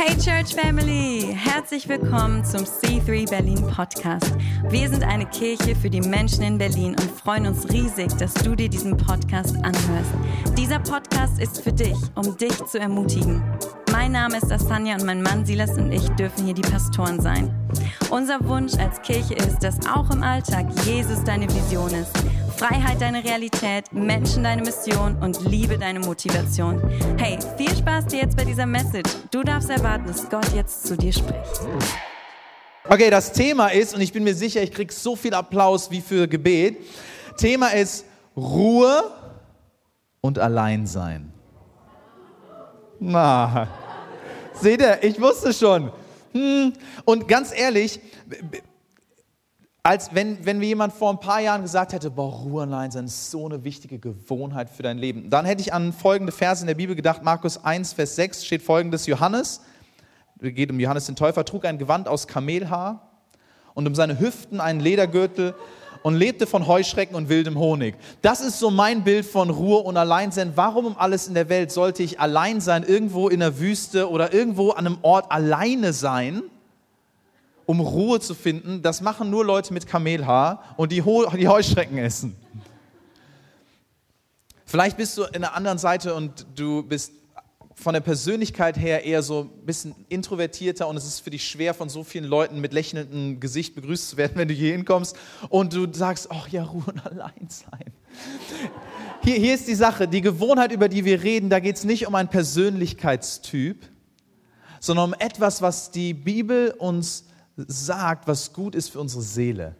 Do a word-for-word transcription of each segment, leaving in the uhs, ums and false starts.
Hey Church Family, herzlich willkommen zum C drei Berlin Podcast. Wir sind eine Kirche für die Menschen in Berlin und freuen uns riesig, dass du dir diesen Podcast anhörst. Dieser Podcast ist für dich, um dich zu ermutigen. Mein Name ist Asanja und mein Mann Silas und ich dürfen hier die Pastoren sein. Unser Wunsch als Kirche ist, dass auch im Alltag Jesus deine Vision ist. Freiheit deine Realität, Menschen deine Mission und Liebe deine Motivation. Hey, viel Spaß dir jetzt bei dieser Message. Du darfst erwarten, dass Gott jetzt zu dir spricht. Okay, das Thema ist, und ich bin mir sicher, ich kriege so viel Applaus wie für Gebet. Thema ist Ruhe und Alleinsein. Na, seht ihr, ich wusste schon. Hm. Und ganz ehrlich, als wenn, wenn mir jemand vor ein paar Jahren gesagt hätte, boah, Ruhe und Alleinsein ist so eine wichtige Gewohnheit für dein Leben, dann hätte ich an folgende Verse in der Bibel gedacht. Markus eins, Vers sechs steht folgendes: Johannes, es geht um Johannes den Täufer, trug ein Gewand aus Kamelhaar und um seine Hüften einen Ledergürtel und lebte von Heuschrecken und wildem Honig. Das ist so mein Bild von Ruhe und Alleinsein. Warum um alles in der Welt sollte ich allein sein, irgendwo in der Wüste oder irgendwo an einem Ort alleine sein, um Ruhe zu finden? Das machen nur Leute mit Kamelhaar und die, Ho- die Heuschrecken essen. Vielleicht bist du in der anderen Seite und du bist von der Persönlichkeit her eher so ein bisschen introvertierter und es ist für dich schwer, von so vielen Leuten mit lächelndem Gesicht begrüßt zu werden, wenn du hier hinkommst und du sagst, ach ja, Ruhe und Alleinsein. Hier, hier ist die Sache, die Gewohnheit, über die wir reden, da geht es nicht um einen Persönlichkeitstyp, sondern um etwas, was die Bibel uns sagt, was gut ist für unsere Seele.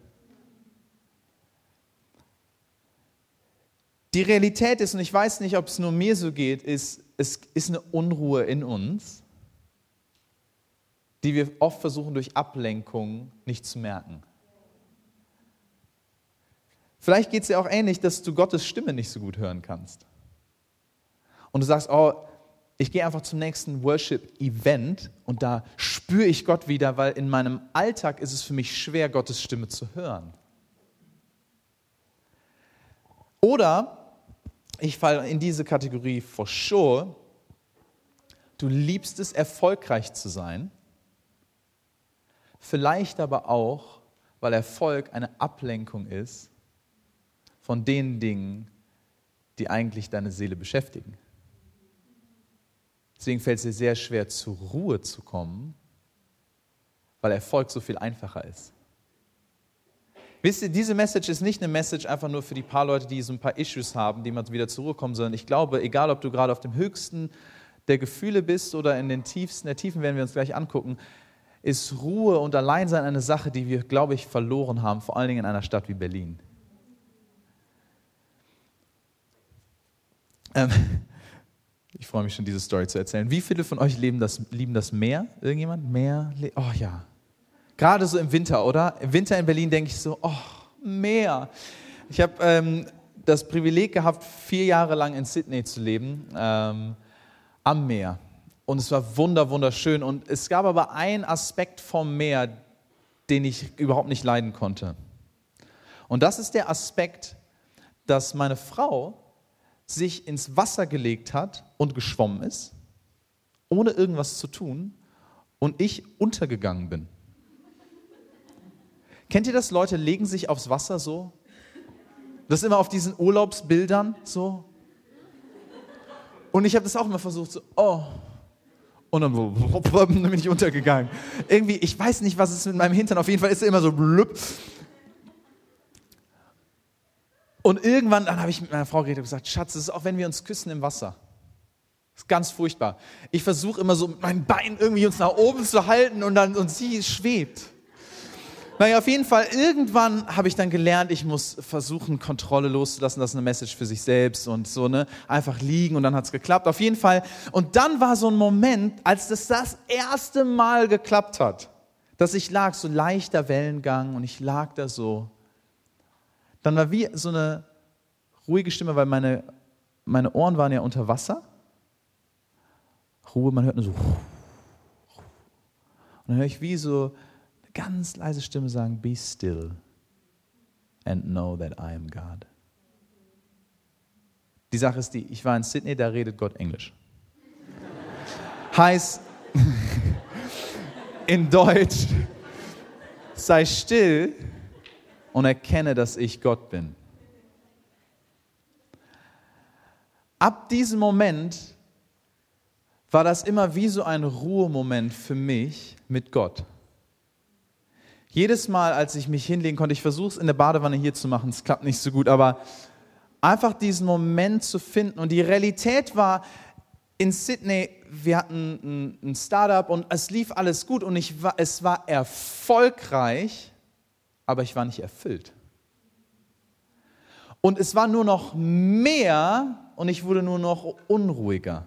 Die Realität ist, und ich weiß nicht, ob es nur mir so geht, ist, es ist eine Unruhe in uns, die wir oft versuchen durch Ablenkung nicht zu merken. Vielleicht geht es dir auch ähnlich, dass du Gottes Stimme nicht so gut hören kannst. Und du sagst, oh, ich gehe einfach zum nächsten Worship-Event und da spüre ich Gott wieder, weil in meinem Alltag ist es für mich schwer, Gottes Stimme zu hören. Oder ich falle in diese Kategorie for sure. Du liebst es, erfolgreich zu sein. Vielleicht aber auch, weil Erfolg eine Ablenkung ist von den Dingen, die eigentlich deine Seele beschäftigen. Deswegen fällt es dir sehr schwer, zur Ruhe zu kommen, weil Erfolg so viel einfacher ist. Wisst ihr, diese Message ist nicht eine Message einfach nur für die paar Leute, die so ein paar Issues haben, die mal wieder zur Ruhe kommen, sondern ich glaube, egal ob du gerade auf dem höchsten der Gefühle bist oder in den tiefsten der Tiefen, werden wir uns gleich angucken, ist Ruhe und Alleinsein eine Sache, die wir, glaube ich, verloren haben, vor allen Dingen in einer Stadt wie Berlin. Ähm, ich freue mich schon, diese Story zu erzählen. Wie viele von euch lieben das, lieben das Meer? Irgendjemand? Meer? Oh ja. Gerade so im Winter, oder? Im Winter in Berlin denke ich so, oh, Meer. Ich habe ähm, das Privileg gehabt, vier Jahre lang in Sydney zu leben, ähm, am Meer. Und es war wunder, wunderschön. Und es gab aber einen Aspekt vom Meer, den ich überhaupt nicht leiden konnte. Und das ist der Aspekt, dass meine Frau sich ins Wasser gelegt hat und geschwommen ist, ohne irgendwas zu tun, und ich untergegangen bin. Kennt ihr das? Leute legen sich aufs Wasser so? Das ist immer auf diesen Urlaubsbildern so. Und ich habe das auch immer versucht, so, oh. Und dann bin ich untergegangen. Irgendwie, ich weiß nicht, was es mit meinem Hintern, auf jeden Fall ist er immer so blub. Und irgendwann, dann habe ich mit meiner Frau geredet und gesagt, Schatz, das ist auch, wenn wir uns küssen im Wasser. Das ist ganz furchtbar. Ich versuche immer so mit meinen Beinen irgendwie uns nach oben zu halten und dann und sie schwebt. Naja, auf jeden Fall, irgendwann habe ich dann gelernt, ich muss versuchen, Kontrolle loszulassen. Das ist eine Message für sich selbst und so, ne? Einfach liegen und dann hat es geklappt. Auf jeden Fall. Und dann war so ein Moment, als das das erste Mal geklappt hat, dass ich lag, so leichter Wellengang und ich lag da so. Dann war wie so eine ruhige Stimme, weil meine, meine Ohren waren ja unter Wasser. Ruhe, man hört nur so. Und dann höre ich wie so ganz leise Stimme sagen, be still and know that I am God. Die Sache ist die, ich war in Sydney, da redet Gott Englisch. heißt, In Deutsch, sei still und erkenne, dass ich Gott bin. Ab diesem Moment war das immer wie so ein Ruhemoment für mich mit Gott. Jedes Mal, als ich mich hinlegen konnte, ich versuche es in der Badewanne hier zu machen, es klappt nicht so gut, aber einfach diesen Moment zu finden. Und die Realität war, in Sydney, wir hatten ein Startup und es lief alles gut und ich war, es war erfolgreich, aber ich war nicht erfüllt. Und es war nur noch mehr und ich wurde nur noch unruhiger.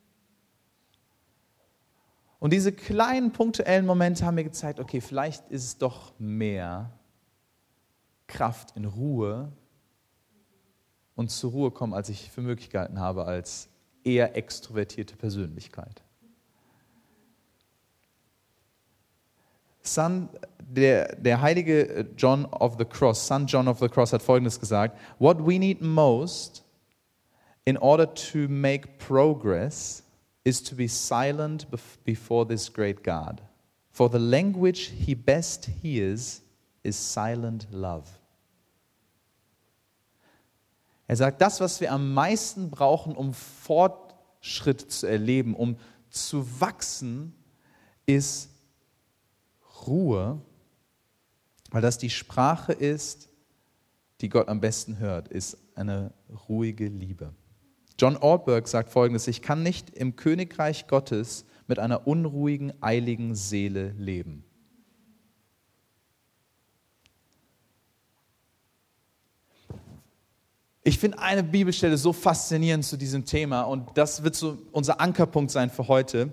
Und diese kleinen punktuellen Momente haben mir gezeigt, okay, vielleicht ist es doch mehr Kraft in Ruhe und zur Ruhe kommen, als ich für möglich gehalten habe, als eher extrovertierte Persönlichkeit. Son, der, der heilige John of the Cross, Son John of the Cross hat Folgendes gesagt: What we need most in order to make progress is to be silent before this great God. For the language he best hears is silent love. Er sagt, das, was wir am meisten brauchen, um Fortschritt zu erleben, um zu wachsen, ist Ruhe, weil das die Sprache ist, die Gott am besten hört, ist eine ruhige Liebe. John Ortberg sagt Folgendes: Ich kann nicht im Königreich Gottes mit einer unruhigen, eiligen Seele leben. Ich finde eine Bibelstelle so faszinierend zu diesem Thema und das wird so unser Ankerpunkt sein für heute.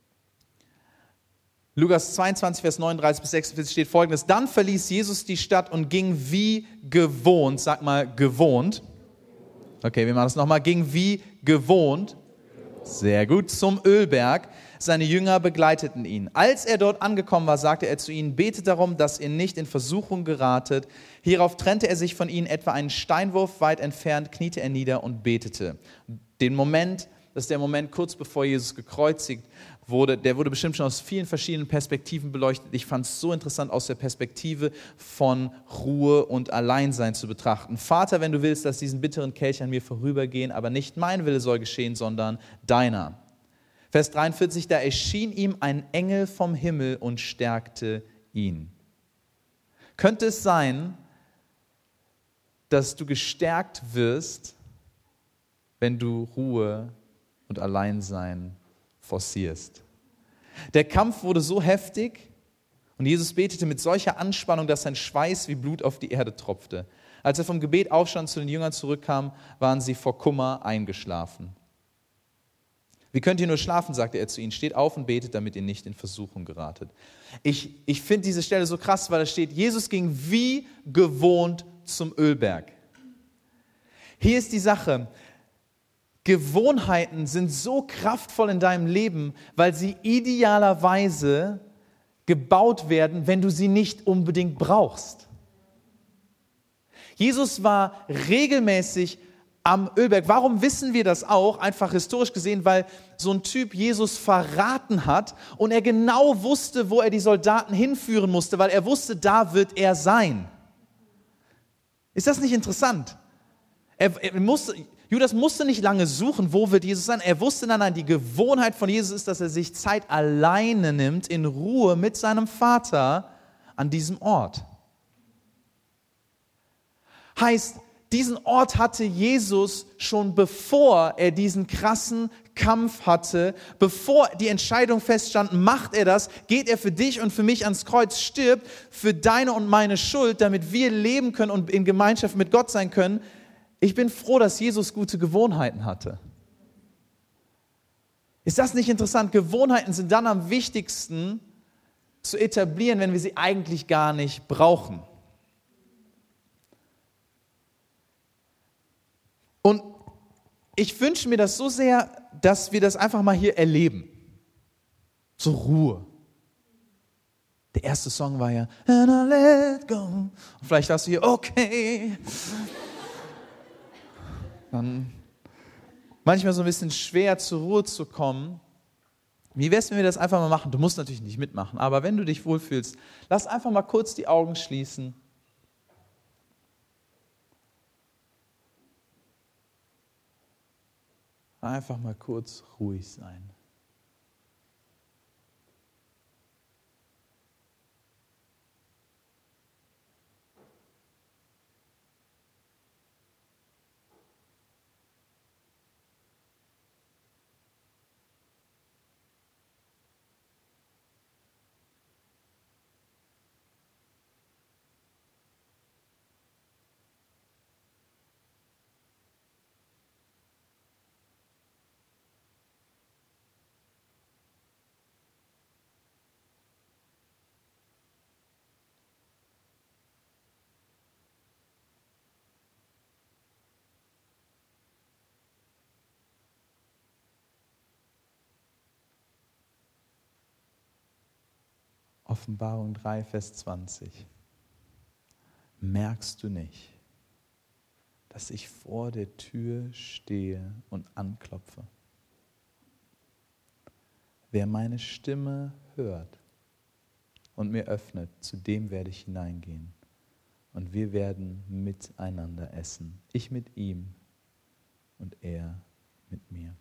Lukas zweiundzwanzig, Vers neununddreißig bis sechsundvierzig steht Folgendes: Dann verließ Jesus die Stadt und ging wie gewohnt, sag mal gewohnt. Okay, wir machen das nochmal. Ging wie gewohnt, sehr gut, zum Ölberg. Seine Jünger begleiteten ihn. Als er dort angekommen war, sagte er zu ihnen: Betet darum, dass ihr nicht in Versuchung geratet. Hierauf trennte er sich von ihnen etwa einen Steinwurf weit entfernt, kniete er nieder und betete. Den Moment, das ist der Moment kurz bevor Jesus gekreuzigt wurde, der wurde bestimmt schon aus vielen verschiedenen Perspektiven beleuchtet. Ich fand es so interessant, aus der Perspektive von Ruhe und Alleinsein zu betrachten. Vater, wenn du willst, dass diesen bitteren Kelch an mir vorübergehen, aber nicht mein Wille soll geschehen, sondern deiner. Vers dreiundvierzig, da erschien ihm ein Engel vom Himmel und stärkte ihn. Könnte es sein, dass du gestärkt wirst, wenn du Ruhe und Alleinsein forcierst? Der Kampf wurde so heftig und Jesus betete mit solcher Anspannung, dass sein Schweiß wie Blut auf die Erde tropfte. Als er vom Gebet aufstand, zu den Jüngern zurückkam, waren sie vor Kummer eingeschlafen. Wie könnt ihr nur schlafen, sagte er zu ihnen. Steht auf und betet, damit ihr nicht in Versuchung geratet. Ich, ich finde diese Stelle so krass, weil da steht, Jesus ging wie gewohnt zum Ölberg. Hier ist die Sache: Gewohnheiten sind so kraftvoll in deinem Leben, weil sie idealerweise gebaut werden, wenn du sie nicht unbedingt brauchst. Jesus war regelmäßig am Ölberg. Warum wissen wir das auch? Einfach historisch gesehen, weil so ein Typ Jesus verraten hat und er genau wusste, wo er die Soldaten hinführen musste, weil er wusste, da wird er sein. Ist das nicht interessant? Er, er musste, Judas musste nicht lange suchen, wo wird Jesus sein. Er wusste, nein, nein, die Gewohnheit von Jesus ist, dass er sich Zeit alleine nimmt, in Ruhe mit seinem Vater an diesem Ort. Heißt, diesen Ort hatte Jesus schon bevor er diesen krassen Kampf hatte, bevor die Entscheidung feststand, macht er das, geht er für dich und für mich ans Kreuz, stirbt für deine und meine Schuld, damit wir leben können und in Gemeinschaft mit Gott sein können. Ich bin froh, dass Jesus gute Gewohnheiten hatte. Ist das nicht interessant? Gewohnheiten sind dann am wichtigsten zu etablieren, wenn wir sie eigentlich gar nicht brauchen. Und ich wünsche mir das so sehr, dass wir das einfach mal hier erleben. Zur Ruhe. Der erste Song war ja And I let go. Und vielleicht warst du hier, okay. Dann manchmal so ein bisschen schwer zur Ruhe zu kommen. Wie wär's, wenn wir das einfach mal machen? Du musst natürlich nicht mitmachen, aber wenn du dich wohlfühlst, lass einfach mal kurz die Augen schließen. Einfach mal kurz ruhig sein. Offenbarung drei, Vers zwanzig. Merkst du nicht, dass ich vor der Tür stehe und anklopfe? Wer meine Stimme hört und mir öffnet, zu dem werde ich hineingehen. Und wir werden miteinander essen. Ich mit ihm und er mit mir.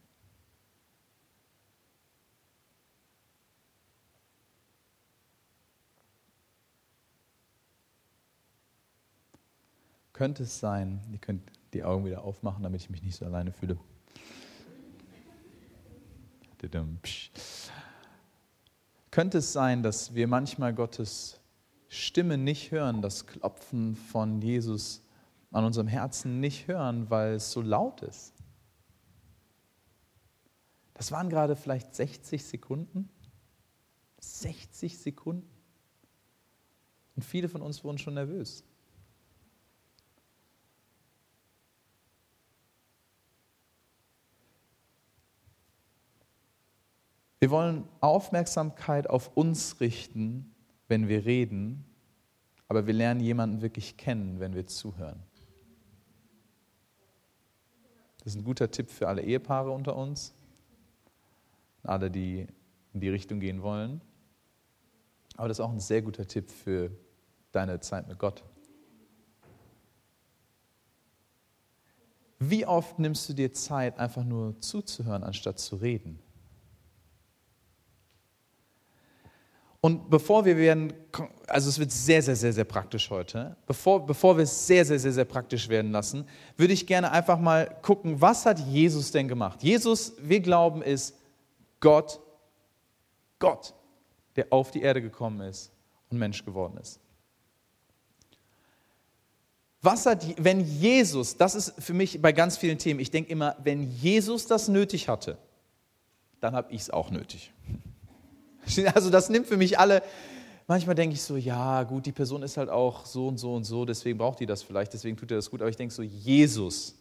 Könnte es sein, ihr könnt die Augen wieder aufmachen, damit ich mich nicht so alleine fühle. Könnte es sein, dass wir manchmal Gottes Stimme nicht hören, das Klopfen von Jesus an unserem Herzen nicht hören, weil es so laut ist? Das waren gerade vielleicht sechzig Sekunden. sechzig Sekunden. Und viele von uns wurden schon nervös. Wir wollen Aufmerksamkeit auf uns richten, wenn wir reden, aber wir lernen jemanden wirklich kennen, wenn wir zuhören. Das ist ein guter Tipp für alle Ehepaare unter uns, alle, die in die Richtung gehen wollen. Aber das ist auch ein sehr guter Tipp für deine Zeit mit Gott. Wie oft nimmst du dir Zeit, einfach nur zuzuhören, anstatt zu reden? Und bevor wir werden, also es wird sehr, sehr, sehr, sehr praktisch heute, bevor, bevor wir es sehr, sehr, sehr, sehr praktisch werden lassen, würde ich gerne einfach mal gucken, was hat Jesus denn gemacht? Jesus, wir glauben, ist Gott, Gott, der auf die Erde gekommen ist und Mensch geworden ist. Was hat, wenn Jesus, das ist für mich bei ganz vielen Themen, ich denke immer, wenn Jesus das nötig hatte, dann habe ich es auch nötig. Also das nimmt für mich alle, manchmal denke ich so, ja gut, die Person ist halt auch so und so und so, deswegen braucht die das vielleicht, deswegen tut er das gut, aber ich denke so, Jesus,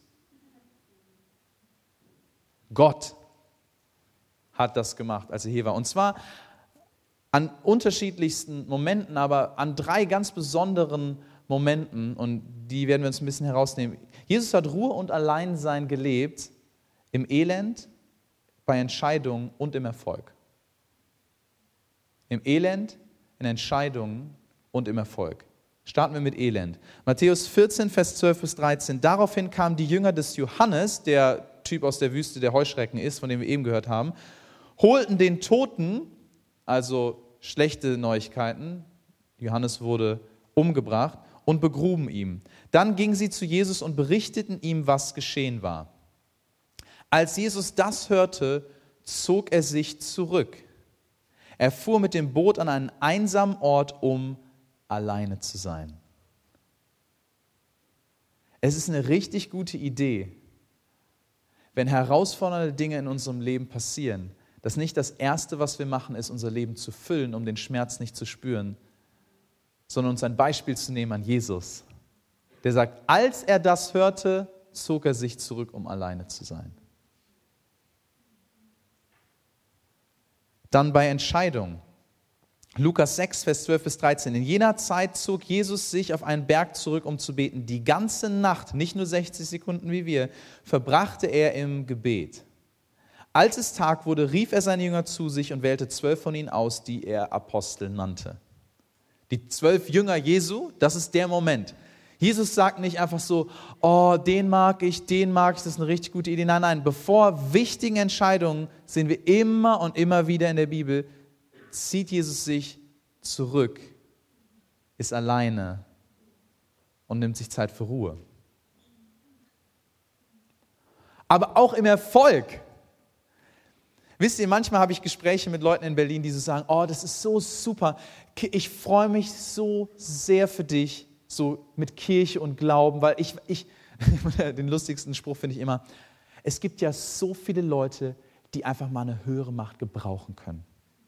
Gott hat das gemacht, als er hier war. Und zwar an unterschiedlichsten Momenten, aber an drei ganz besonderen Momenten, und die werden wir uns ein bisschen herausnehmen. Jesus hat Ruhe und Alleinsein gelebt, im Elend, bei Entscheidungen und im Erfolg. Im Elend, in Entscheidungen und im Erfolg. Starten wir mit Elend. Matthäus vierzehn, Vers zwölf bis dreizehn. Daraufhin kamen die Jünger des Johannes, der Typ aus der Wüste, der Heuschrecken ist, von dem wir eben gehört haben, holten den Toten, also schlechte Neuigkeiten, Johannes wurde umgebracht, und begruben ihn. Dann gingen sie zu Jesus und berichteten ihm, was geschehen war. Als Jesus das hörte, zog er sich zurück. Er fuhr mit dem Boot an einen einsamen Ort, um alleine zu sein. Es ist eine richtig gute Idee, wenn herausfordernde Dinge in unserem Leben passieren, dass nicht das Erste, was wir machen, ist, unser Leben zu füllen, um den Schmerz nicht zu spüren, sondern uns ein Beispiel zu nehmen an Jesus, der sagt, als er das hörte, zog er sich zurück, um alleine zu sein. Dann bei Entscheidungen. Lukas sechs, Vers zwölf bis dreizehn. In jener Zeit zog Jesus sich auf einen Berg zurück, um zu beten. Die ganze Nacht, nicht nur sechzig Sekunden wie wir, verbrachte er im Gebet. Als es Tag wurde, rief er seine Jünger zu sich und wählte zwölf von ihnen aus, die er Apostel nannte. Die zwölf Jünger Jesu, das ist der Moment. Jesus sagt nicht einfach so, oh, den mag ich, den mag ich, das ist eine richtig gute Idee. Nein, nein, bevor wichtigen Entscheidungen sehen wir immer und immer wieder in der Bibel, zieht Jesus sich zurück, ist alleine und nimmt sich Zeit für Ruhe. Aber auch im Erfolg. Wisst ihr, manchmal habe ich Gespräche mit Leuten in Berlin, die so sagen, oh, das ist so super, ich freue mich so sehr für dich, so mit Kirche und Glauben, weil ich, ich den lustigsten Spruch finde ich immer, es gibt ja so viele Leute, die einfach mal eine höhere Macht gebrauchen können.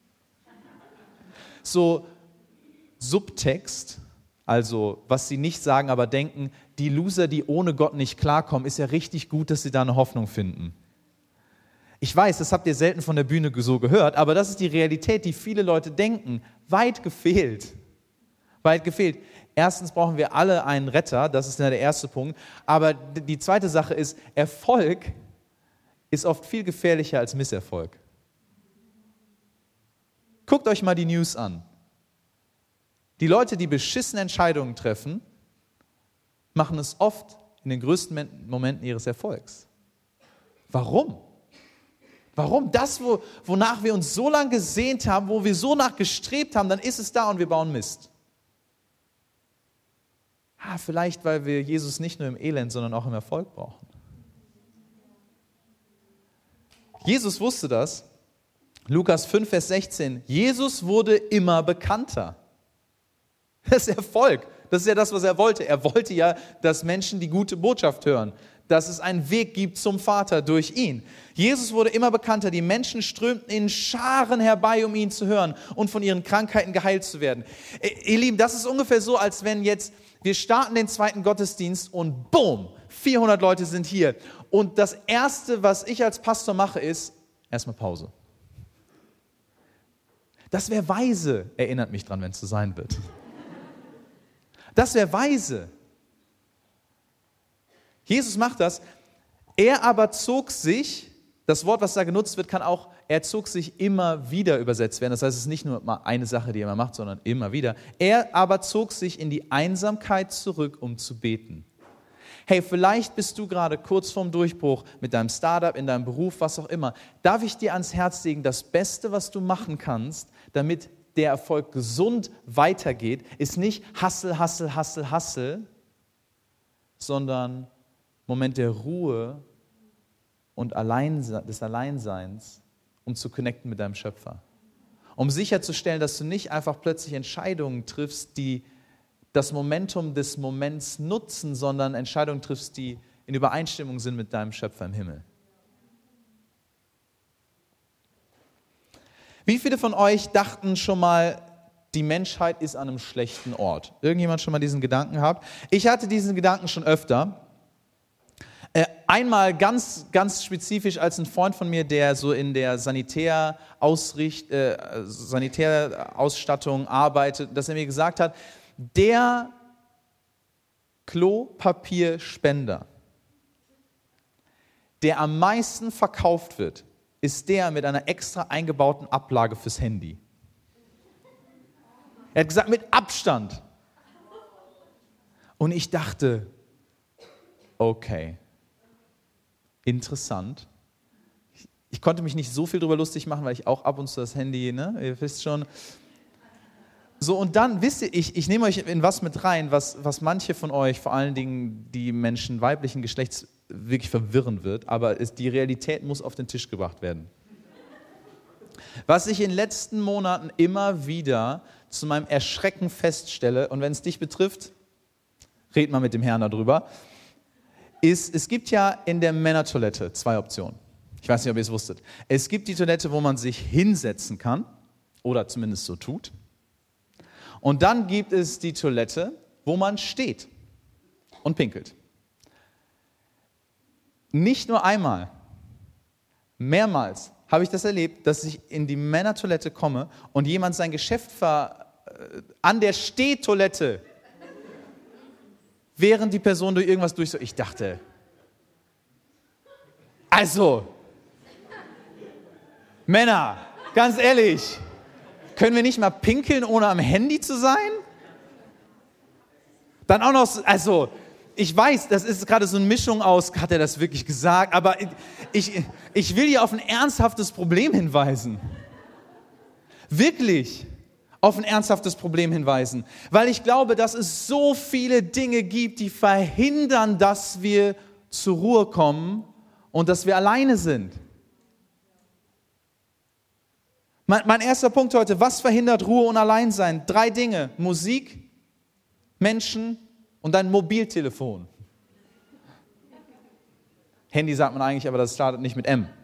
So Subtext, also was sie nicht sagen, aber denken, die Loser, die ohne Gott nicht klarkommen, ist ja richtig gut, dass sie da eine Hoffnung finden. Ich weiß, das habt ihr selten von der Bühne so gehört, aber das ist die Realität, die viele Leute denken. Weit gefehlt. Weit gefehlt. Erstens brauchen wir alle einen Retter, das ist der erste Punkt. Aber die zweite Sache ist, Erfolg ist oft viel gefährlicher als Misserfolg. Guckt euch mal die News an. Die Leute, die beschissene Entscheidungen treffen, machen es oft in den größten Momenten ihres Erfolgs. Warum? Warum? Das, wo, wonach wir uns so lange gesehnt haben, wo wir so nach gestrebt haben, dann ist es da und wir bauen Mist. Ah, vielleicht, weil wir Jesus nicht nur im Elend, sondern auch im Erfolg brauchen. Jesus wusste das. Lukas fünf, Vers sechzehn. Jesus wurde immer bekannter. Das ist Erfolg. Das ist ja das, was er wollte. Er wollte ja, dass Menschen die gute Botschaft hören. Dass es einen Weg gibt zum Vater durch ihn. Jesus wurde immer bekannter. Die Menschen strömten in Scharen herbei, um ihn zu hören und von ihren Krankheiten geheilt zu werden. Ihr Lieben, das ist ungefähr so, als wenn jetzt wir starten den zweiten Gottesdienst und boom, vierhundert Leute sind hier. Und das Erste, was ich als Pastor mache, ist erstmal Pause. Das wäre weise, erinnert mich dran, wenn es so sein wird. Das wäre weise. Jesus macht das. Er aber zog sich, das Wort, was da genutzt wird, kann auch, er zog sich immer wieder übersetzt werden. Das heißt, es ist nicht nur mal eine Sache, die er immer macht, sondern immer wieder. Er aber zog sich in die Einsamkeit zurück, um zu beten. Hey, vielleicht bist du gerade kurz vorm Durchbruch mit deinem Startup, in deinem Beruf, was auch immer. Darf ich dir ans Herz legen, das Beste, was du machen kannst, damit der Erfolg gesund weitergeht, ist nicht Hustle, Hustle, Hustle, Hustle, sondern Moment der Ruhe und Alleinse- des Alleinseins, um zu connecten mit deinem Schöpfer. Um sicherzustellen, dass du nicht einfach plötzlich Entscheidungen triffst, die das Momentum des Moments nutzen, sondern Entscheidungen triffst, die in Übereinstimmung sind mit deinem Schöpfer im Himmel. Wie viele von euch dachten schon mal, die Menschheit ist an einem schlechten Ort? Irgendjemand schon mal diesen Gedanken gehabt? Ich hatte diesen Gedanken schon öfter. Äh, einmal ganz, ganz spezifisch als ein Freund von mir, der so in der Sanitärausricht, äh, Sanitärausstattung arbeitet, dass er mir gesagt hat, der Klopapierspender, der am meisten verkauft wird, ist der mit einer extra eingebauten Ablage fürs Handy. Er hat gesagt, mit Abstand. Und ich dachte, okay, interessant. Ich, ich konnte mich nicht so viel drüber lustig machen, weil ich auch ab und zu das Handy, ne, ihr wisst schon. So, und dann, wisst ihr, ich, ich nehme euch in was mit rein, was, was manche von euch, vor allen Dingen die Menschen weiblichen Geschlechts, wirklich verwirren wird, aber es, die Realität muss auf den Tisch gebracht werden. Was ich in den letzten Monaten immer wieder zu meinem Erschrecken feststelle, und wenn es dich betrifft, red mal mit dem Herrn darüber, ist, es gibt ja in der Männertoilette zwei Optionen. Ich weiß nicht, ob ihr es wusstet. Es gibt die Toilette, wo man sich hinsetzen kann, oder zumindest so tut. Und dann gibt es die Toilette, wo man steht und pinkelt. Nicht nur einmal, mehrmals habe ich das erlebt, dass ich in die Männertoilette komme und jemand sein Geschäft ver, äh, an der Stehtoilette, während die Person durch irgendwas durch so, ich dachte, also, Männer, ganz ehrlich, können wir nicht mal pinkeln, ohne am Handy zu sein? Dann auch noch, also, ich weiß, das ist gerade so eine Mischung aus, hat er das wirklich gesagt, aber ich, ich will hier auf ein ernsthaftes Problem hinweisen. Wirklich auf ein ernsthaftes Problem hinweisen. Weil ich glaube, dass es so viele Dinge gibt, die verhindern, dass wir zur Ruhe kommen und dass wir alleine sind. Mein, mein erster Punkt heute, was verhindert Ruhe und Alleinsein? Drei Dinge, Musik, Menschen und dein Mobiltelefon. Handy sagt man eigentlich, aber das startet nicht mit M.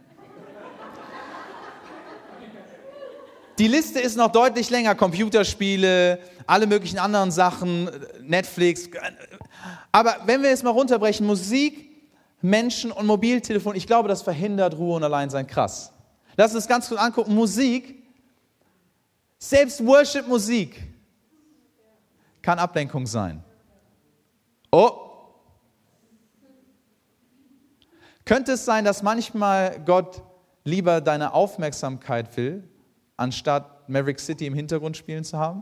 Die Liste ist noch deutlich länger. Computerspiele, alle möglichen anderen Sachen, Netflix. Aber wenn wir jetzt mal runterbrechen, Musik, Menschen und Mobiltelefon, ich glaube, das verhindert Ruhe und Alleinsein krass. Lass uns ganz kurz angucken. Musik, selbst Worship-Musik kann Ablenkung sein. Oh! Könnte es sein, dass manchmal Gott lieber deine Aufmerksamkeit will, anstatt Maverick City im Hintergrund spielen zu haben?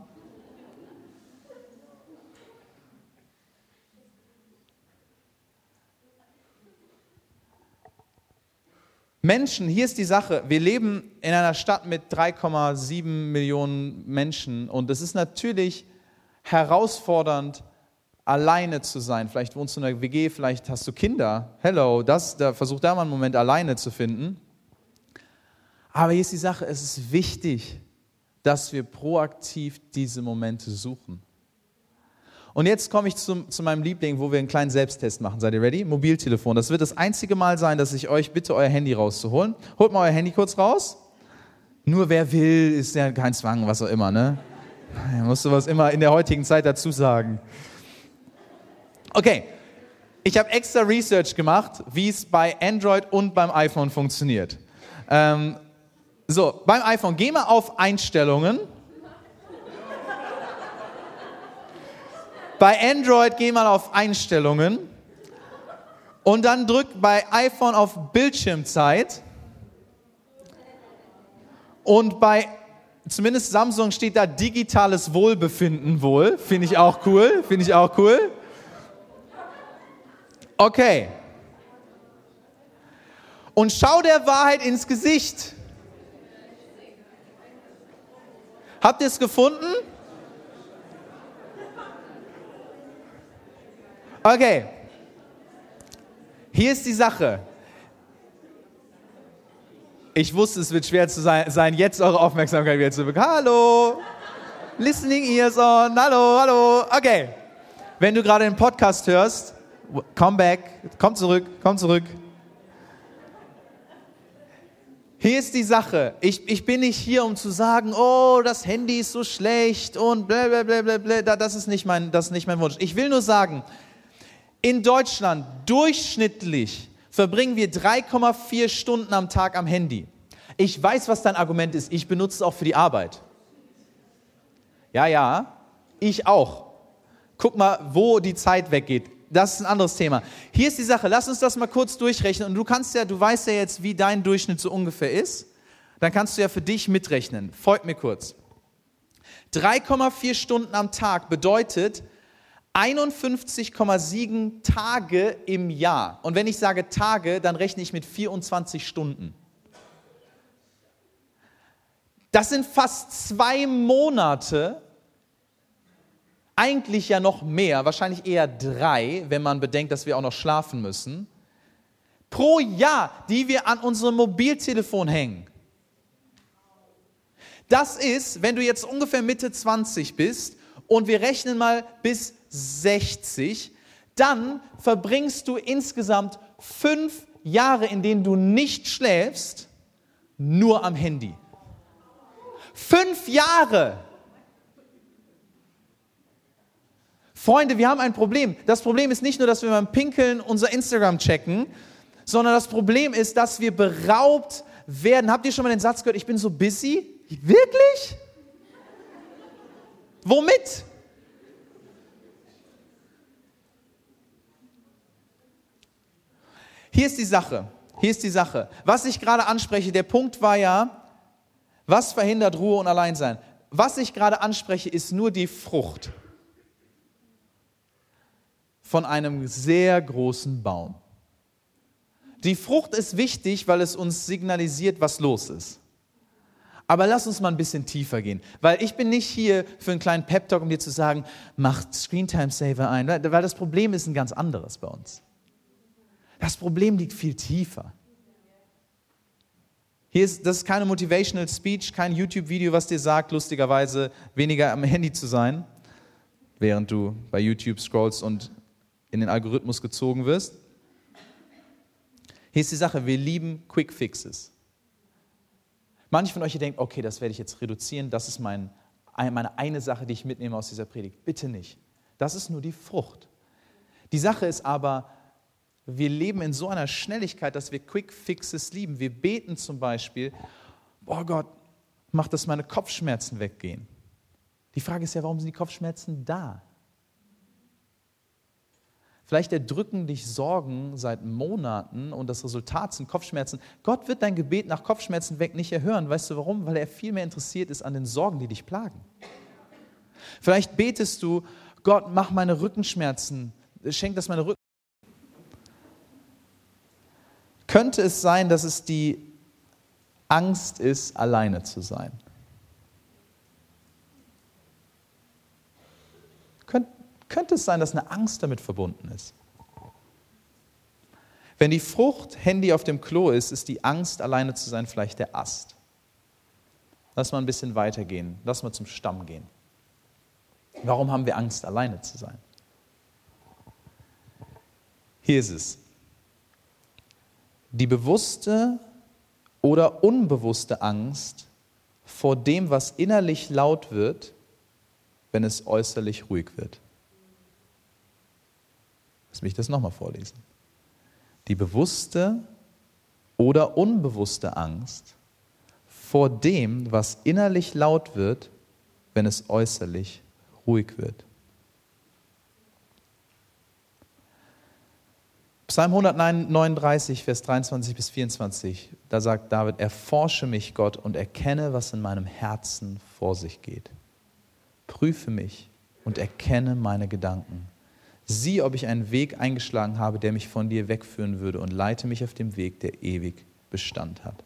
Menschen, hier ist die Sache, wir leben in einer Stadt mit drei Komma sieben Millionen Menschen und es ist natürlich herausfordernd, alleine zu sein. Vielleicht wohnst du in einer W G, vielleicht hast du Kinder. Hello, das, da, versuch da mal einen Moment alleine zu finden. Aber hier ist die Sache, es ist wichtig, dass wir proaktiv diese Momente suchen. Und jetzt komme ich zu, zu meinem Liebling, wo wir einen kleinen Selbsttest machen. Seid ihr ready? Mobiltelefon. Das wird das einzige Mal sein, dass ich euch bitte, euer Handy rauszuholen. Holt mal euer Handy kurz raus. Nur wer will, ist ja kein Zwang, was auch immer, ne? Da musst du was immer in der heutigen Zeit dazu sagen. Okay, ich habe extra Research gemacht, wie es bei Android und beim iPhone funktioniert. Ähm, so, beim iPhone, geh mal auf Einstellungen. Bei Android geh mal auf Einstellungen und dann drück bei iPhone auf Bildschirmzeit und bei, zumindest Samsung steht da digitales Wohlbefinden wohl, finde ich auch cool, finde ich auch cool. Okay. Und schau der Wahrheit ins Gesicht. Habt ihr es gefunden? Okay, hier ist die Sache. Ich wusste, es wird schwer zu sein, sein jetzt eure Aufmerksamkeit wieder zu bekommen. Hallo, listening ears on, hallo, hallo. Okay, wenn du gerade den Podcast hörst, come back, komm zurück, komm zurück. Hier ist die Sache. Ich, ich bin nicht hier, um zu sagen, oh, das Handy ist so schlecht und blablabla. Das ist nicht mein, das ist nicht mein Wunsch. Ich will nur sagen, in Deutschland durchschnittlich verbringen wir drei Komma vier Stunden am Tag am Handy. Ich weiß, was dein Argument ist. Ich benutze es auch für die Arbeit. Ja, ja, ich auch. Guck mal, wo die Zeit weggeht. Das ist ein anderes Thema. Hier ist die Sache. Lass uns das mal kurz durchrechnen. Und du kannst ja, du weißt ja jetzt, wie dein Durchschnitt so ungefähr ist. Dann kannst du ja für dich mitrechnen. Folgt mir kurz. drei Komma vier Stunden am Tag bedeutet einundfünfzig Komma sieben Tage im Jahr. Und wenn ich sage Tage, dann rechne ich mit vierundzwanzig Stunden. Das sind fast zwei Monate, eigentlich ja noch mehr, wahrscheinlich eher drei, wenn man bedenkt, dass wir auch noch schlafen müssen, pro Jahr, die wir an unserem Mobiltelefon hängen. Das ist, wenn du jetzt ungefähr Mitte zwanzig bist und wir rechnen mal bis sechzig, dann verbringst du insgesamt fünf Jahre, in denen du nicht schläfst, nur am Handy. Fünf Jahre! Freunde, wir haben ein Problem. Das Problem ist nicht nur, dass wir beim Pinkeln unser Instagram checken, sondern das Problem ist, dass wir beraubt werden. Habt ihr schon mal den Satz gehört, ich bin so busy? Wirklich? Womit? Hier ist die Sache, hier ist die Sache. Was ich gerade anspreche, der Punkt war ja, Was verhindert Ruhe und Alleinsein? Was ich gerade anspreche, ist nur die Frucht von einem sehr großen Baum. Die Frucht ist wichtig, weil es uns signalisiert, was los ist. Aber lass uns mal ein bisschen tiefer gehen, weil ich bin nicht hier für einen kleinen Pep-Talk, um dir zu sagen, mach Screentime-Saver ein, weil das Problem ist ein ganz anderes bei uns. Das Problem liegt viel tiefer. Hier ist, das ist keine Motivational Speech, kein YouTube-Video, was dir sagt, lustigerweise weniger am Handy zu sein, während du bei YouTube scrollst und in den Algorithmus gezogen wirst. Hier ist die Sache, wir lieben Quick Fixes. Manche von euch hier denken, okay, das werde ich jetzt reduzieren, das ist mein, meine eine Sache, die ich mitnehme aus dieser Predigt. Bitte nicht. Das ist nur die Frucht. Die Sache ist aber, wir leben in so einer Schnelligkeit, dass wir Quick Fixes lieben. Wir beten zum Beispiel, oh Gott, mach, dass meine Kopfschmerzen weggehen. Die Frage ist ja, warum sind die Kopfschmerzen da? Vielleicht erdrücken dich Sorgen seit Monaten und das Resultat sind Kopfschmerzen. Gott wird dein Gebet nach Kopfschmerzen weg nicht erhören. Weißt du warum? Weil er viel mehr interessiert ist an den Sorgen, die dich plagen. Vielleicht betest du, Gott, mach meine Rückenschmerzen, schenk das meine Rücken. Könnte es sein, dass es die Angst ist, alleine zu sein? Könnte Könnte es sein, dass eine Angst damit verbunden ist? Wenn die Frucht Handy auf dem Klo ist, ist die Angst, alleine zu sein, vielleicht der Ast. Lass mal ein bisschen weitergehen. Lass mal zum Stamm gehen. Warum haben wir Angst, alleine zu sein? Hier ist es. Die bewusste oder unbewusste Angst vor dem, was innerlich laut wird, wenn es äußerlich ruhig wird. Lass mich das nochmal vorlesen. Die bewusste oder unbewusste Angst vor dem, was innerlich laut wird, wenn es äußerlich ruhig wird. Psalm hundertneununddreißig, Vers dreiundzwanzig bis vierundzwanzig, da sagt David, erforsche mich, Gott, und erkenne, was in meinem Herzen vor sich geht. Prüfe mich und erkenne meine Gedanken. Sieh, ob ich einen Weg eingeschlagen habe, der mich von dir wegführen würde, und leite mich auf dem Weg, der ewig Bestand hat.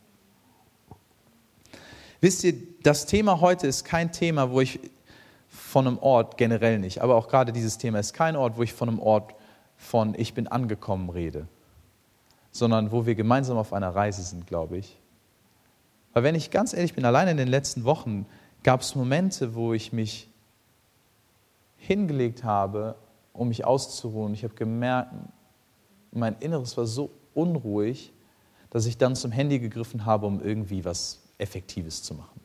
Wisst ihr, das Thema heute ist kein Thema, wo ich von einem Ort, generell nicht, aber auch gerade dieses Thema ist kein Ort, wo ich von einem Ort von ich bin angekommen rede, sondern wo wir gemeinsam auf einer Reise sind, glaube ich. Weil wenn ich ganz ehrlich bin, allein in den letzten Wochen gab es Momente, wo ich mich hingelegt habe, um mich auszuruhen. Ich habe gemerkt, mein Inneres war so unruhig, dass ich dann zum Handy gegriffen habe, um irgendwie was Effektives zu machen.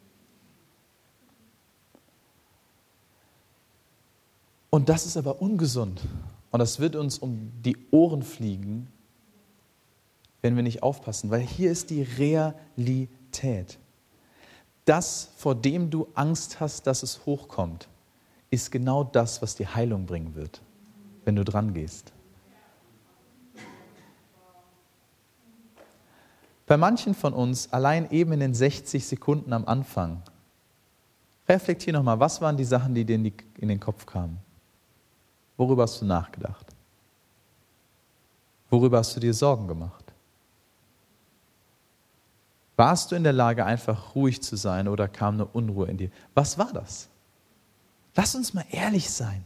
Und das ist aber ungesund. Und das wird uns um die Ohren fliegen, wenn wir nicht aufpassen. Weil hier ist die Realität. Das, vor dem du Angst hast, dass es hochkommt, ist genau das, was dir Heilung bringen wird, wenn du dran gehst. Bei manchen von uns, allein eben in den sechzig Sekunden am Anfang, reflektier nochmal, was waren die Sachen, die dir in, die, in den Kopf kamen? Worüber hast du nachgedacht? Worüber hast du dir Sorgen gemacht? Warst du in der Lage, einfach ruhig zu sein, oder kam eine Unruhe in dir? Was war das? Lass uns mal ehrlich sein.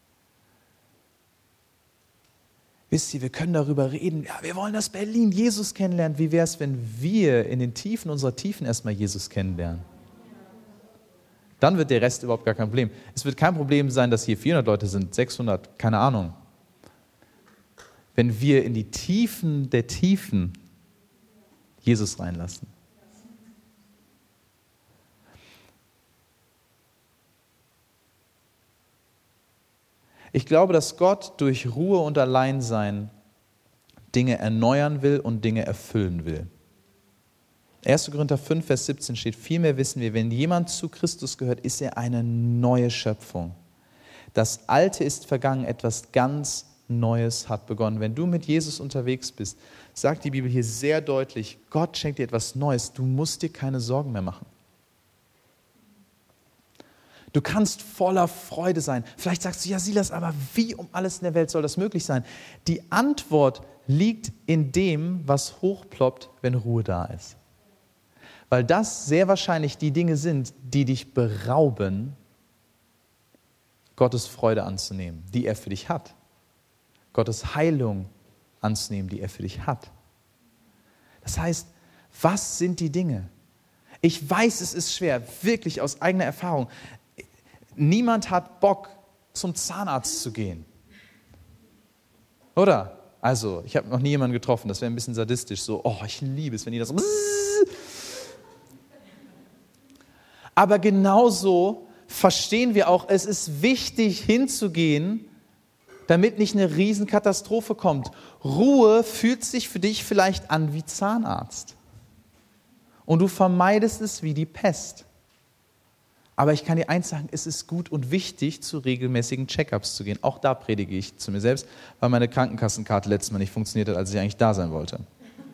Wisst ihr, wir können darüber reden, ja, wir wollen das Berlin Jesus kennenlernen. Wie wäre es, wenn wir in den Tiefen unserer Tiefen erstmal Jesus kennenlernen? Dann wird der Rest überhaupt gar kein Problem. Es wird kein Problem sein, dass hier vierhundert Leute sind, sechshundert, keine Ahnung. Wenn wir in die Tiefen der Tiefen Jesus reinlassen. Ich glaube, dass Gott durch Ruhe und Alleinsein Dinge erneuern will und Dinge erfüllen will. erster Korinther fünf, Vers siebzehn steht, vielmehr wissen wir, wenn jemand zu Christus gehört, ist er eine neue Schöpfung. Das Alte ist vergangen, etwas ganz Neues hat begonnen. Wenn du mit Jesus unterwegs bist, sagt die Bibel hier sehr deutlich, Gott schenkt dir etwas Neues. Du musst dir keine Sorgen mehr machen. Du kannst voller Freude sein. Vielleicht sagst du, ja Silas, aber wie um alles in der Welt soll das möglich sein? Die Antwort liegt in dem, was hochploppt, wenn Ruhe da ist. Weil das sehr wahrscheinlich die Dinge sind, die dich berauben, Gottes Freude anzunehmen, die er für dich hat. Gottes Heilung anzunehmen, die er für dich hat. Das heißt, was sind die Dinge? Ich weiß, es ist schwer, wirklich aus eigener Erfahrung. Niemand hat Bock, zum Zahnarzt zu gehen. Oder? Also, ich habe noch nie jemanden getroffen, das wäre ein bisschen sadistisch, so, oh, ich liebe es, wenn die das so... Aber genauso verstehen wir auch, es ist wichtig hinzugehen, damit nicht eine Riesenkatastrophe kommt. Ruhe fühlt sich für dich vielleicht an wie Zahnarzt. Und du vermeidest es wie die Pest. Aber ich kann dir eins sagen, es ist gut und wichtig, zu regelmäßigen Check-ups zu gehen. Auch da predige ich zu mir selbst, weil meine Krankenkassenkarte letztes Mal nicht funktioniert hat, als ich eigentlich da sein wollte.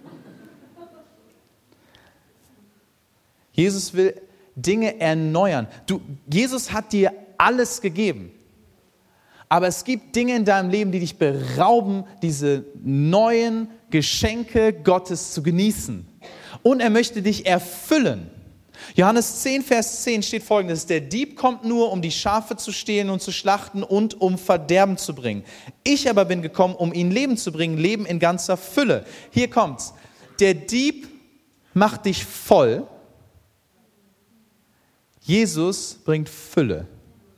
Jesus will Dinge erneuern. Du, Jesus hat dir alles gegeben. Aber es gibt Dinge in deinem Leben, die dich berauben, diese neuen Geschenke Gottes zu genießen. Und er möchte dich erfüllen. Johannes zehn, Vers zehn steht Folgendes: Der Dieb kommt nur, um die Schafe zu stehlen und zu schlachten und um Verderben zu bringen. Ich aber bin gekommen, um ihnen Leben zu bringen, Leben in ganzer Fülle. Hier kommt's. Der Dieb macht dich voll. Jesus bringt Fülle.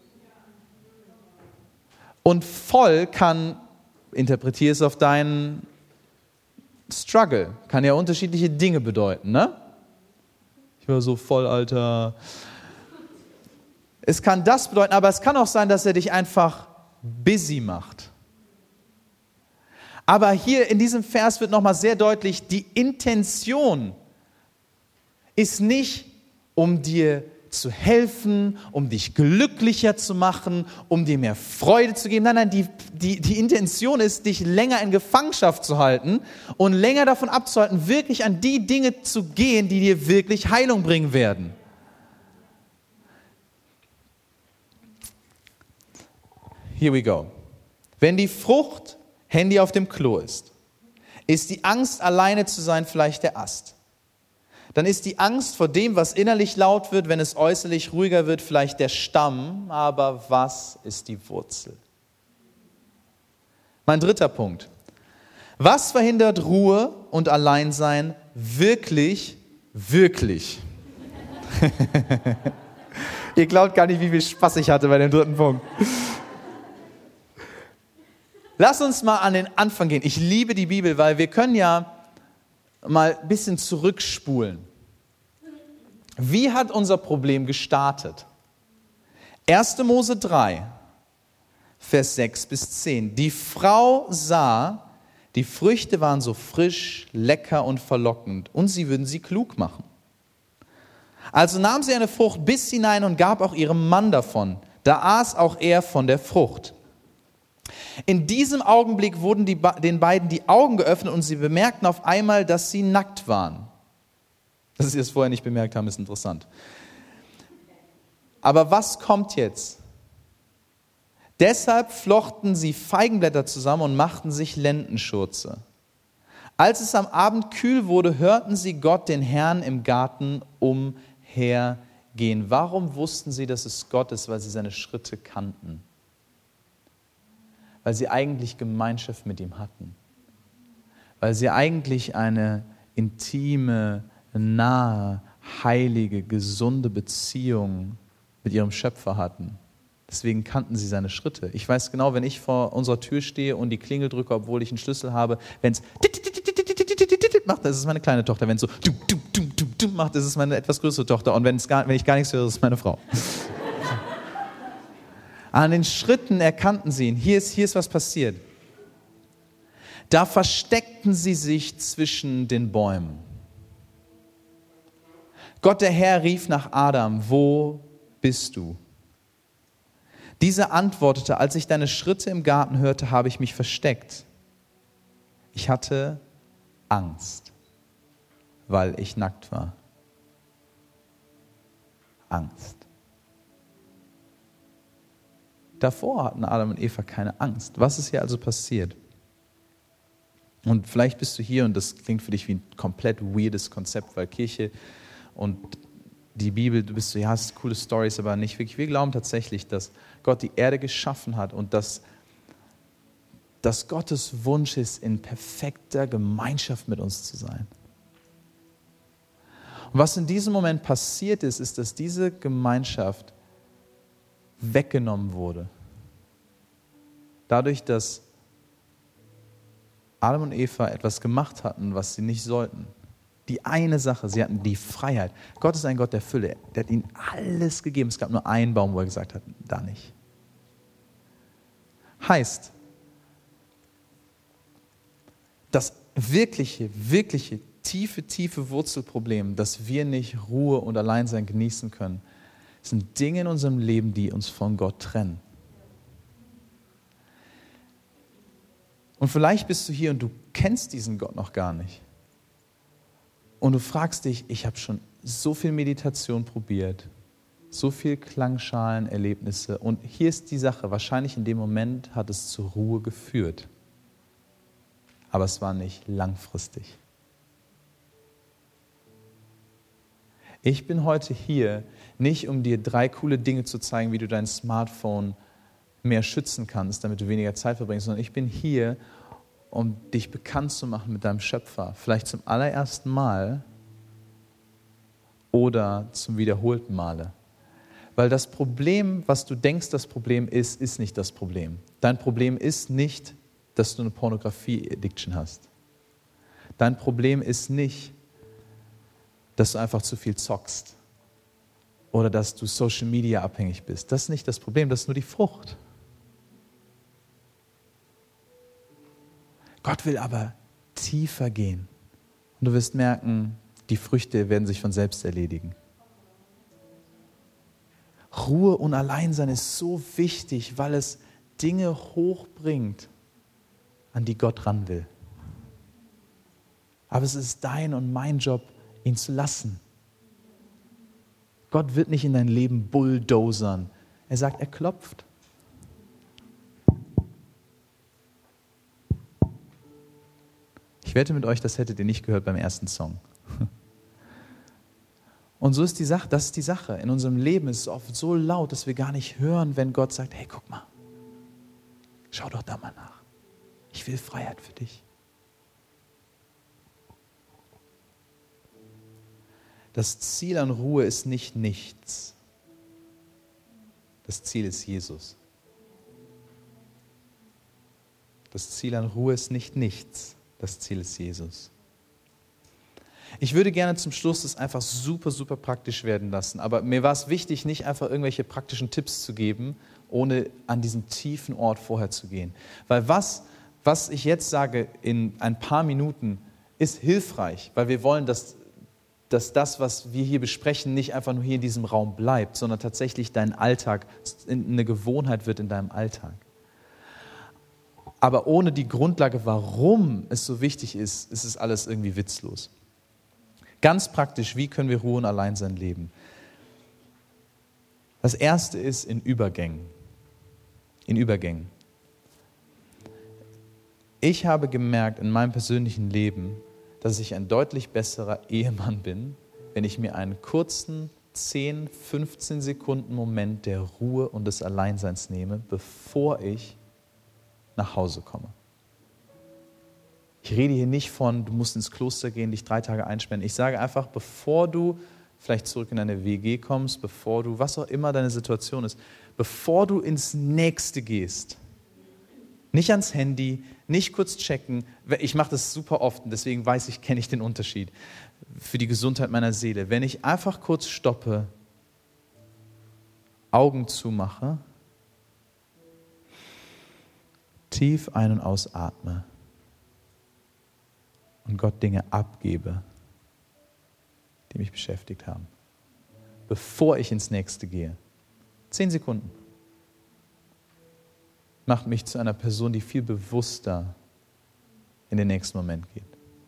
Und voll kann, interpretiere es auf deinen Struggle, kann ja unterschiedliche Dinge bedeuten, ne? Ich war so voll, Alter. Es kann das bedeuten, aber es kann auch sein, dass er dich einfach busy macht. Aber hier in diesem Vers wird nochmal sehr deutlich, die Intention ist nicht, um dir zu helfen, um dich glücklicher zu machen, um dir mehr Freude zu geben. Nein, nein, die, die, die Intention ist, dich länger in Gefangenschaft zu halten und länger davon abzuhalten, wirklich an die Dinge zu gehen, die dir wirklich Heilung bringen werden. Here we go. Wenn die Frucht Handy auf dem Klo ist, ist die Angst, alleine zu sein, vielleicht der Ast. Dann ist die Angst vor dem, was innerlich laut wird, wenn es äußerlich ruhiger wird, vielleicht der Stamm. Aber was ist die Wurzel? Mein dritter Punkt. Was verhindert Ruhe und Alleinsein wirklich, wirklich? Ihr glaubt gar nicht, wie viel Spaß ich hatte bei dem dritten Punkt. Lass uns mal an den Anfang gehen. Ich liebe die Bibel, weil wir können ja mal ein bisschen zurückspulen. Wie hat unser Problem gestartet? erster Mose drei, Vers sechs bis zehn. Die Frau sah, die Früchte waren so frisch, lecker und verlockend und sie würden sie klug machen. Also nahm sie eine Frucht, biss hinein und gab auch ihrem Mann davon. Da aß auch er von der Frucht. In diesem Augenblick wurden die, den beiden die Augen geöffnet und sie bemerkten auf einmal, dass sie nackt waren. Dass sie es vorher nicht bemerkt haben, ist interessant. Aber was kommt jetzt? Deshalb flochten sie Feigenblätter zusammen und machten sich Lendenschurze. Als es am Abend kühl wurde, hörten sie Gott, den Herrn, im Garten umhergehen. Warum wussten sie, dass es Gott ist? Weil sie seine Schritte kannten. Weil sie eigentlich Gemeinschaft mit ihm hatten. Weil sie eigentlich eine intime, nahe, heilige, gesunde Beziehung mit ihrem Schöpfer hatten. Deswegen kannten sie seine Schritte. Ich weiß genau, wenn ich vor unserer Tür stehe und die Klingel drücke, obwohl ich einen Schlüssel habe, wenn es macht, das ist meine kleine Tochter. Wenn es so macht, das ist meine etwas größere Tochter. Und wenn, es gar, wenn ich gar nichts höre, das ist meine Frau. An den Schritten erkannten sie ihn. Hier ist, hier ist was passiert. Da versteckten sie sich zwischen den Bäumen. Gott, der Herr, rief nach Adam: Wo bist du? Diese antwortete, als ich deine Schritte im Garten hörte, habe ich mich versteckt. Ich hatte Angst, weil ich nackt war. Angst. Davor hatten Adam und Eva keine Angst. Was ist hier also passiert? Und vielleicht bist du hier und das klingt für dich wie ein komplett weirdes Konzept, weil Kirche und die Bibel, du bist so, ja, es sind coole Storys, aber nicht wirklich. Wir glauben tatsächlich, dass Gott die Erde geschaffen hat und dass, dass Gottes Wunsch ist, in perfekter Gemeinschaft mit uns zu sein. Und was in diesem Moment passiert ist, ist, dass diese Gemeinschaft weggenommen wurde. Dadurch, dass Adam und Eva etwas gemacht hatten, was sie nicht sollten. Die eine Sache, sie hatten die Freiheit. Gott ist ein Gott der Fülle. Der hat ihnen alles gegeben. Es gab nur einen Baum, wo er gesagt hat, da nicht. Heißt, das wirkliche, wirkliche, tiefe, tiefe Wurzelproblem, dass wir nicht Ruhe und Alleinsein genießen können, sind Dinge in unserem Leben, die uns von Gott trennen. Und vielleicht bist du hier und du kennst diesen Gott noch gar nicht. Und du fragst dich, ich habe schon so viel Meditation probiert, so viel Klangschaленerlebnisse. Und hier ist die Sache, wahrscheinlich in dem Moment hat es zur Ruhe geführt. Aber es war nicht langfristig. Ich bin heute hier, nicht um dir drei coole Dinge zu zeigen, wie du dein Smartphone mehr schützen kannst, damit du weniger Zeit verbringst, sondern ich bin hier, um dich bekannt zu machen mit deinem Schöpfer. Vielleicht zum allerersten Mal oder zum wiederholten Male. Weil das Problem, was du denkst, das Problem ist, ist nicht das Problem. Dein Problem ist nicht, dass du eine Pornografie-Addiction hast. Dein Problem ist nicht, dass du einfach zu viel zockst oder dass du Social Media abhängig bist. Das ist nicht das Problem, das ist nur die Frucht. Gott will aber tiefer gehen. Und du wirst merken, die Früchte werden sich von selbst erledigen. Ruhe und Alleinsein ist so wichtig, weil es Dinge hochbringt, an die Gott ran will. Aber es ist dein und mein Job, ihn zu lassen. Gott wird nicht in dein Leben bulldozern. Er sagt, er klopft. Ich wette mit euch, das hättet ihr nicht gehört beim ersten Song. Und so ist die Sache, das ist die Sache. In unserem Leben ist es oft so laut, dass wir gar nicht hören, wenn Gott sagt, hey, guck mal, schau doch da mal nach. Ich will Freiheit für dich. Das Ziel an Ruhe ist nicht nichts. Das Ziel ist Jesus. Das Ziel an Ruhe ist nicht nichts. Das Ziel ist Jesus. Ich würde gerne zum Schluss das einfach super, super praktisch werden lassen. Aber mir war es wichtig, nicht einfach irgendwelche praktischen Tipps zu geben, ohne an diesen tiefen Ort vorher zu gehen. Weil was, was ich jetzt sage in ein paar Minuten, ist hilfreich. Weil wir wollen, dass, dass das, was wir hier besprechen, nicht einfach nur hier in diesem Raum bleibt, sondern tatsächlich dein Alltag eine Gewohnheit wird in deinem Alltag. Aber ohne die Grundlage, warum es so wichtig ist, ist es alles irgendwie witzlos. Ganz praktisch, wie können wir Ruhe und Alleinsein leben? Das erste ist in Übergängen. In Übergängen. Ich habe gemerkt in meinem persönlichen Leben, dass ich ein deutlich besserer Ehemann bin, wenn ich mir einen kurzen zehn, fünfzehn Sekunden Moment der Ruhe und des Alleinseins nehme, bevor ich nach Hause komme. Ich rede hier nicht von, du musst ins Kloster gehen, dich drei Tage einsperren. Ich sage einfach, bevor du vielleicht zurück in deine W G kommst, bevor du, was auch immer deine Situation ist, bevor du ins Nächste gehst, nicht ans Handy, nicht kurz checken. Ich mache das super oft und deswegen weiß ich, kenne ich den Unterschied für die Gesundheit meiner Seele. Wenn ich einfach kurz stoppe, Augen zumache, tief ein- und ausatme und Gott Dinge abgebe, die mich beschäftigt haben, bevor ich ins Nächste gehe. Zehn Sekunden. macht mich zu einer Person, die viel bewusster in den nächsten Moment geht.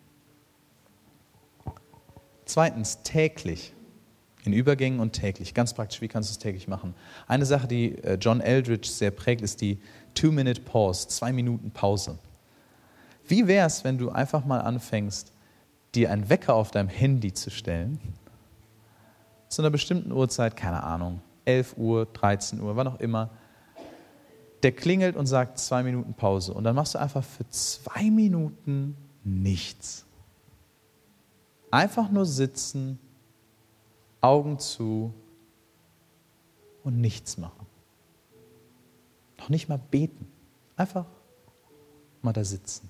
Zweitens, täglich. In Übergängen und täglich. Ganz praktisch, wie kannst du es täglich machen? Eine Sache, die John Eldridge sehr prägt, ist die Two-Minute-Pause, zwei Minuten Pause. Wie wäre es, wenn du einfach mal anfängst, dir einen Wecker auf deinem Handy zu stellen, zu einer bestimmten Uhrzeit, keine Ahnung, elf Uhr, dreizehn Uhr, wann auch immer, der klingelt und sagt zwei Minuten Pause und dann machst du einfach für zwei Minuten nichts. Einfach nur sitzen, Augen zu und nichts machen. Noch nicht mal beten. Einfach mal da sitzen.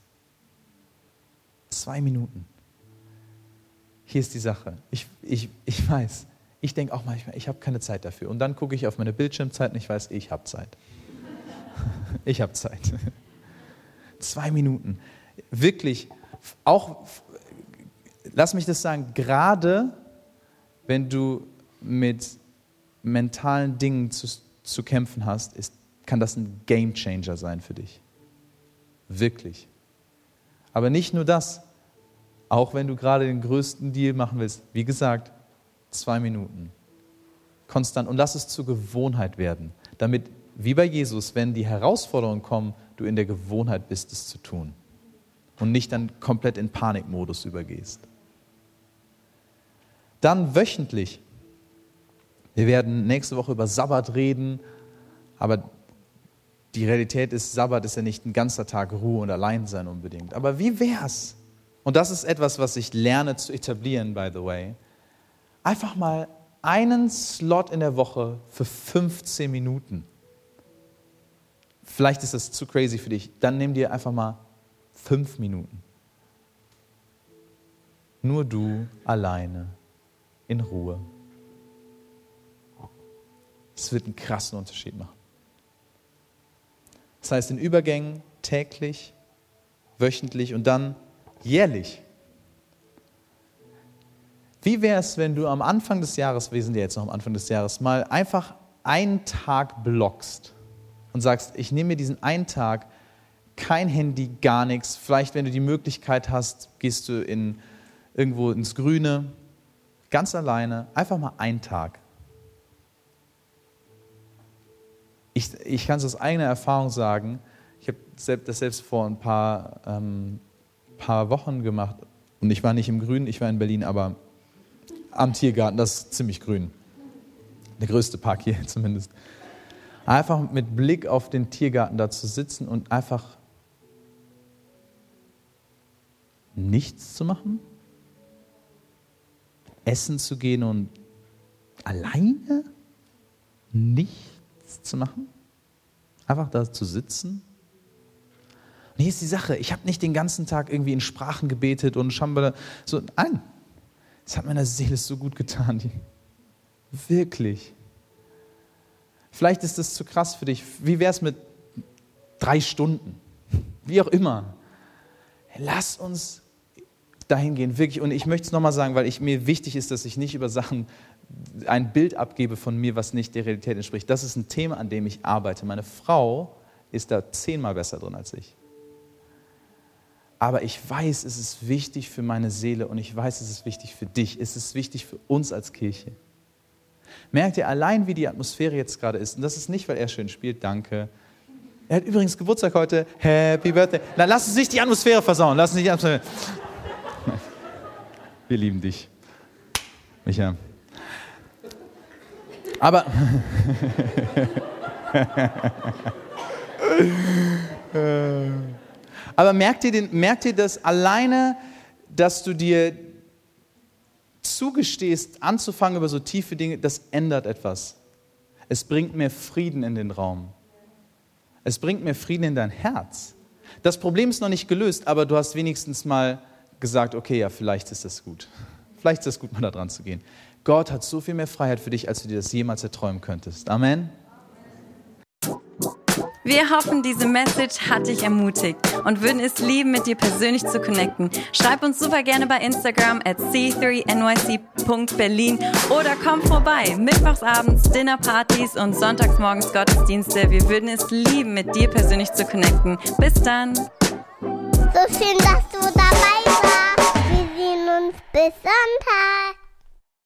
Zwei Minuten. Hier ist die Sache. Ich, ich, ich weiß, ich denke auch manchmal, ich habe keine Zeit dafür. Und dann gucke ich auf meine Bildschirmzeit und ich weiß, ich habe Zeit. Ich habe Zeit. Zwei Minuten. Wirklich, auch, lass mich das sagen, gerade wenn du mit mentalen Dingen zu, zu kämpfen hast, ist, kann das ein Gamechanger sein für dich. Wirklich. Aber nicht nur das, auch wenn du gerade den größten Deal machen willst, wie gesagt, zwei Minuten. Konstant. Und lass es zur Gewohnheit werden, damit, wie bei Jesus, wenn die Herausforderungen kommen, du in der Gewohnheit bist, es zu tun. Und nicht dann komplett in Panikmodus übergehst. Dann wöchentlich. Wir werden nächste Woche über Sabbat reden, aber die Realität ist, Sabbat ist ja nicht ein ganzer Tag Ruhe und Alleinsein unbedingt. Aber wie wär's? Und das ist etwas, was ich lerne zu etablieren, by the way. Einfach mal einen Slot in der Woche für fünfzehn Minuten. Vielleicht ist das zu crazy für dich. Dann nimm dir einfach mal fünf Minuten. Nur du alleine. In Ruhe. Es wird einen krassen Unterschied machen. Das heißt, in Übergängen täglich, wöchentlich und dann jährlich. Wie wäre es, wenn du am Anfang des Jahres, wir sind ja jetzt noch am Anfang des Jahres, mal einfach einen Tag blockst und sagst, ich nehme mir diesen einen Tag, kein Handy, gar nichts. Vielleicht, wenn du die Möglichkeit hast, gehst du in, irgendwo ins Grüne, ganz alleine, einfach mal einen Tag. Ich, ich kann es aus eigener Erfahrung sagen, ich habe das selbst vor ein paar, ähm, paar Wochen gemacht und ich war nicht im Grün, ich war in Berlin, aber am Tiergarten, das ist ziemlich grün. Der größte Park hier zumindest. Einfach mit Blick auf den Tiergarten da zu sitzen und einfach nichts zu machen. Essen zu gehen und alleine nichts zu machen? Einfach da zu sitzen? Und hier ist die Sache, ich habe nicht den ganzen Tag irgendwie in Sprachen gebetet und Schambala, so, nein, es hat meiner Seele so gut getan. Die, wirklich. Vielleicht ist das zu krass für dich. Wie wäre es mit drei Stunden? Wie auch immer. Lass uns dahin gehen, wirklich. Und ich möchte es nochmal sagen, weil ich, mir wichtig ist, dass ich nicht über Sachen ein Bild abgebe von mir, was nicht der Realität entspricht. Das ist ein Thema, an dem ich arbeite. Meine Frau ist da zehnmal besser drin als ich. Aber ich weiß, es ist wichtig für meine Seele und ich weiß, es ist wichtig für dich. Es ist wichtig für uns als Kirche. Merkt ihr allein, wie die Atmosphäre jetzt gerade ist? Und das ist nicht, weil er schön spielt, danke. Er hat übrigens Geburtstag heute. Happy Birthday. Na, lass uns nicht die Atmosphäre versauen. Lass uns nicht die Atmosphäre. Wir lieben dich, Micha. Aber aber merkt ihr, den, merkt ihr das alleine, dass du dir zugestehst, anzufangen über so tiefe Dinge, das ändert etwas. Es bringt mehr Frieden in den Raum. Es bringt mehr Frieden in dein Herz. Das Problem ist noch nicht gelöst, aber du hast wenigstens mal gesagt, okay, ja, vielleicht ist das gut. Vielleicht ist es gut, mal da dran zu gehen. Gott hat so viel mehr Freiheit für dich, als du dir das jemals erträumen könntest. Amen. Wir hoffen, diese Message hat dich ermutigt. und würden es lieben, mit dir persönlich zu connecten. Schreib uns super gerne bei Instagram at c drei n y c punkt berlin oder komm vorbei. Mittwochsabends Dinnerpartys und sonntagsmorgens Gottesdienste. Wir würden es lieben, mit dir persönlich zu connecten. Bis dann. So schön, dass du dabei warst. Wir sehen uns bis Sonntag.